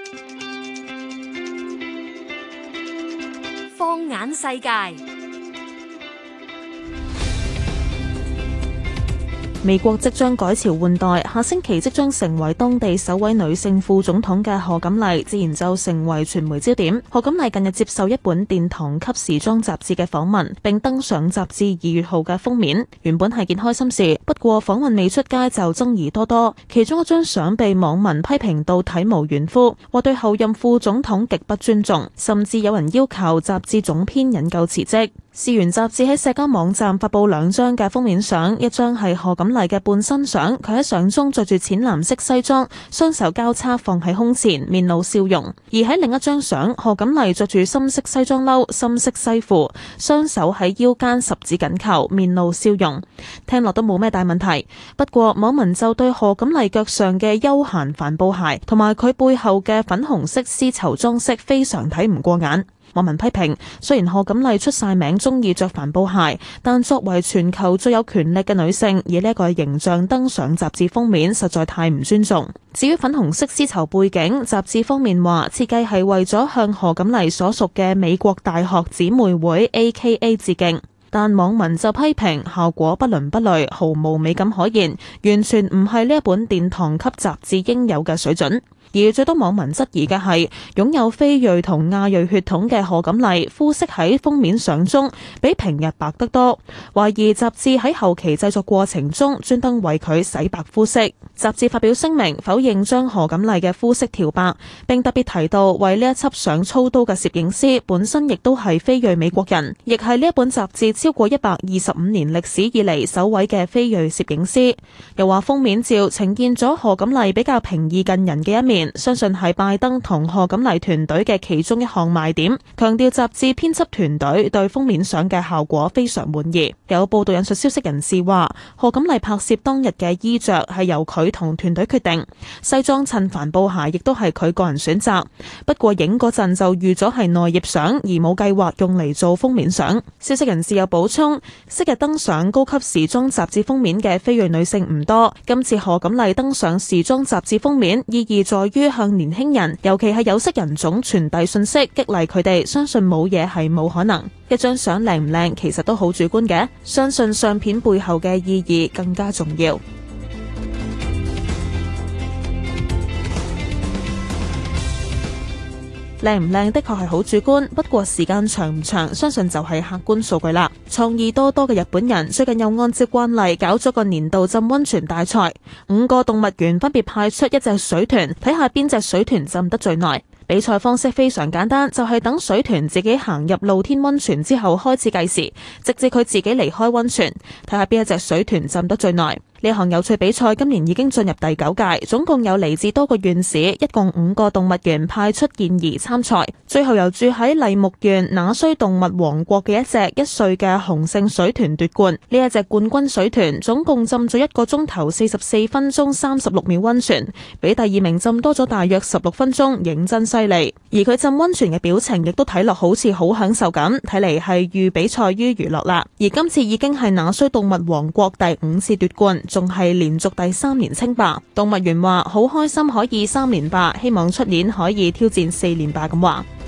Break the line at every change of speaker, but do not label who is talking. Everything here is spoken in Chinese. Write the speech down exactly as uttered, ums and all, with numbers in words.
放眼世界。
美國即將改朝換代，下星期即將成為當地首位女性副總統嘅賀錦麗，自然就成為傳媒焦點。賀錦麗近日接受一本殿堂級時裝雜誌嘅訪問，並登上雜誌二月號嘅封面。原本係件開心事，不過訪問未出街就爭議多多。其中一張相被網民批評到體無完膚，話對後任副總統極不尊重，甚至有人要求雜誌總編引咎辭職。事源雜誌喺社交網站發佈兩張嘅封面相，一張係賀錦麗嘅半身相，佢喺相中着住淺藍色西裝，雙手交叉放喺胸前，面露笑容；而喺另一張相，賀錦麗着住深色西裝褸、深色西褲，雙手喺腰間十指緊扣，面露笑容。聽落都冇咩大問題，不過網民就對賀錦麗腳上嘅休閒帆布鞋同埋佢背後嘅粉紅色絲綢裝飾非常睇唔過眼。網民批評，雖然賀錦麗出晒名中意着帆布鞋，但作為全球最有權力嘅女性，以呢一個形象登上雜誌封面，實在太唔尊重。至於粉紅色絲綢背景，雜誌方面話設計係為咗向賀錦麗所屬嘅美國大學姊妹會 A K A 致敬，但網民就批評效果不倫不類，毫無美感可言，完全唔係呢一本殿堂級雜誌應有嘅水準。而最多網民質疑嘅係，擁有非裔同亞裔血統嘅賀錦麗膚色喺封面相中比平日白得多，懷疑雜誌喺後期製作過程中專登為佢洗白膚色。雜誌發表聲明否認將賀錦麗嘅膚色調白，並特別提到為呢一輯相操刀嘅攝影師本身亦都係非裔美國人，亦係呢一本雜誌超過一百二十五年歷史以嚟首位嘅非裔攝影師。又話封面照呈現咗賀錦麗比較平易近人嘅一面，相信係拜登同賀錦麗團隊嘅其中一項賣點，強調雜誌編輯團隊對封面相嘅效果非常滿意。有報道引述消息人士話，賀錦麗拍攝當日嘅衣着係由佢同團隊決定，西裝襯帆布鞋亦都係佢個人選擇，不過影嗰陣就預咗係內頁相，而冇計劃用嚟做封面相。消息人士又補充，昔日登上高級時裝雜誌封面嘅非裔女性唔多，今次賀錦麗登上時裝雜誌封面，意義在於向年輕人，尤其係有色人種傳遞信息，激勵佢哋相信冇嘢係冇可能。一張相靚唔靚其實都好主觀嘅，相信相片背後嘅意義更加重要。靚唔靚的確係好主觀，不過時間長唔長，相信就係客觀數據啦。創意多多嘅日本人最近又按照慣例搞咗個年度浸溫泉大賽，五個動物園分別派出一隻水豚，睇下邊隻水豚浸得最耐。比賽方式非常簡單，就係等水豚自己行入露天溫泉之後開始計時，直至佢自己離開溫泉，睇下邊一隻水豚浸得最耐。呢項有趣比賽今年已經進入第九屆，總共有嚟自多個縣市，一共五個動物園派出健兒參賽。最後由住喺麗木縣那須動物王國嘅一隻一歲嘅雄性水豚奪冠。呢一隻冠軍水豚總共浸咗一個鐘頭四十四分鐘三十六秒溫泉，比第二名浸多咗大約十六分鐘，認真犀利。而佢浸溫泉嘅表情亦都睇落好似好享受咁，睇嚟係寓比賽於娛樂啦。而今次已經係那須動物王國第五次奪冠，仲係連續第三年稱霸。動物園話好開心可以三連霸，希望出年可以挑戰四連霸咁話。